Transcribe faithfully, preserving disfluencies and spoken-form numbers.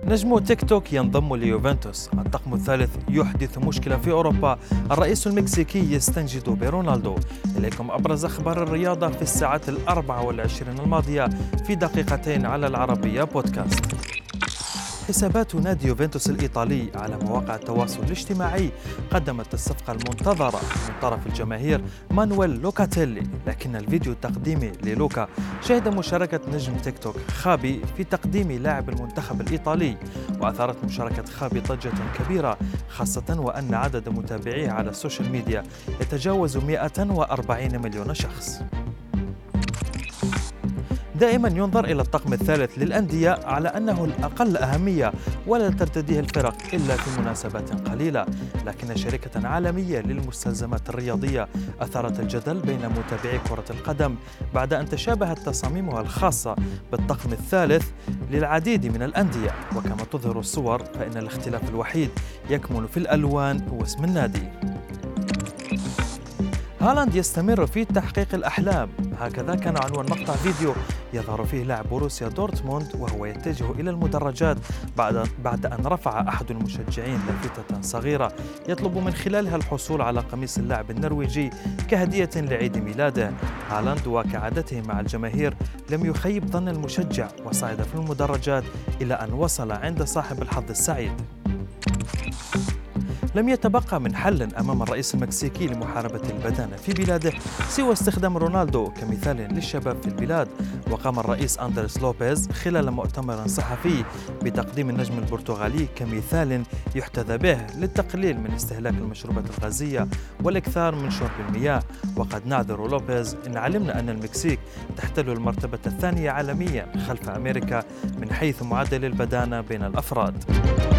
نجم تيك توك ينضم ليوفنتوس. الطقم الثالث يحدث مشكلة في أوروبا. الرئيس المكسيكي يستنجد برونالدو. إليكم أبرز أخبار الرياضة في الساعات الأربع والعشرين الماضية في دقيقتين على العربية بودكاست. حسابات نادي يوفنتوس الإيطالي على مواقع التواصل الاجتماعي قدمت الصفقة المنتظرة من طرف الجماهير مانويل لوكاتيلي، لكن الفيديو التقديمي للوكا شهد مشاركة نجم تيك توك خابي في تقديم لاعب المنتخب الإيطالي، وأثارت مشاركة خابي ضجة كبيرة، خاصة وأن عدد متابعيه على السوشيال ميديا يتجاوز مئة وأربعين مليون شخص. دائما ينظر إلى الطقم الثالث للأندية على أنه الأقل أهمية ولا ترتديه الفرق إلا في مناسبات قليلة، لكن شركة عالمية للمستلزمات الرياضية أثارت الجدل بين متابعي كرة القدم بعد أن تشابهت تصاميمها الخاصة بالطقم الثالث للعديد من الأندية، وكما تظهر الصور فإن الاختلاف الوحيد يكمن في الألوان واسم النادي. هالاند يستمر في تحقيق الأحلام، هكذا كان عنوان مقطع فيديو يظهر فيه لاعب بوروسيا دورتموند وهو يتجه إلى المدرجات بعد بعد أن رفع أحد المشجعين لافتة صغيرة يطلب من خلالها الحصول على قميص اللاعب النرويجي كهدية لعيد ميلاده. هالاند وكعادته مع الجماهير لم يخيب ظن المشجع وصعد في المدرجات إلى أن وصل عند صاحب الحظ السعيد. لم يتبقى من حل أمام الرئيس المكسيكي لمحاربة البدانة في بلاده سوى استخدام رونالدو كمثال للشباب في البلاد، وقام الرئيس أندريس لوبيز خلال مؤتمر صحفي بتقديم النجم البرتغالي كمثال يحتذى به للتقليل من استهلاك المشروبات الغازية والإكثار من شرب المياه. وقد نعذر لوبيز إن علمنا أن المكسيك تحتل المرتبة الثانية عالميا خلف أمريكا من حيث معدل البدانة بين الأفراد.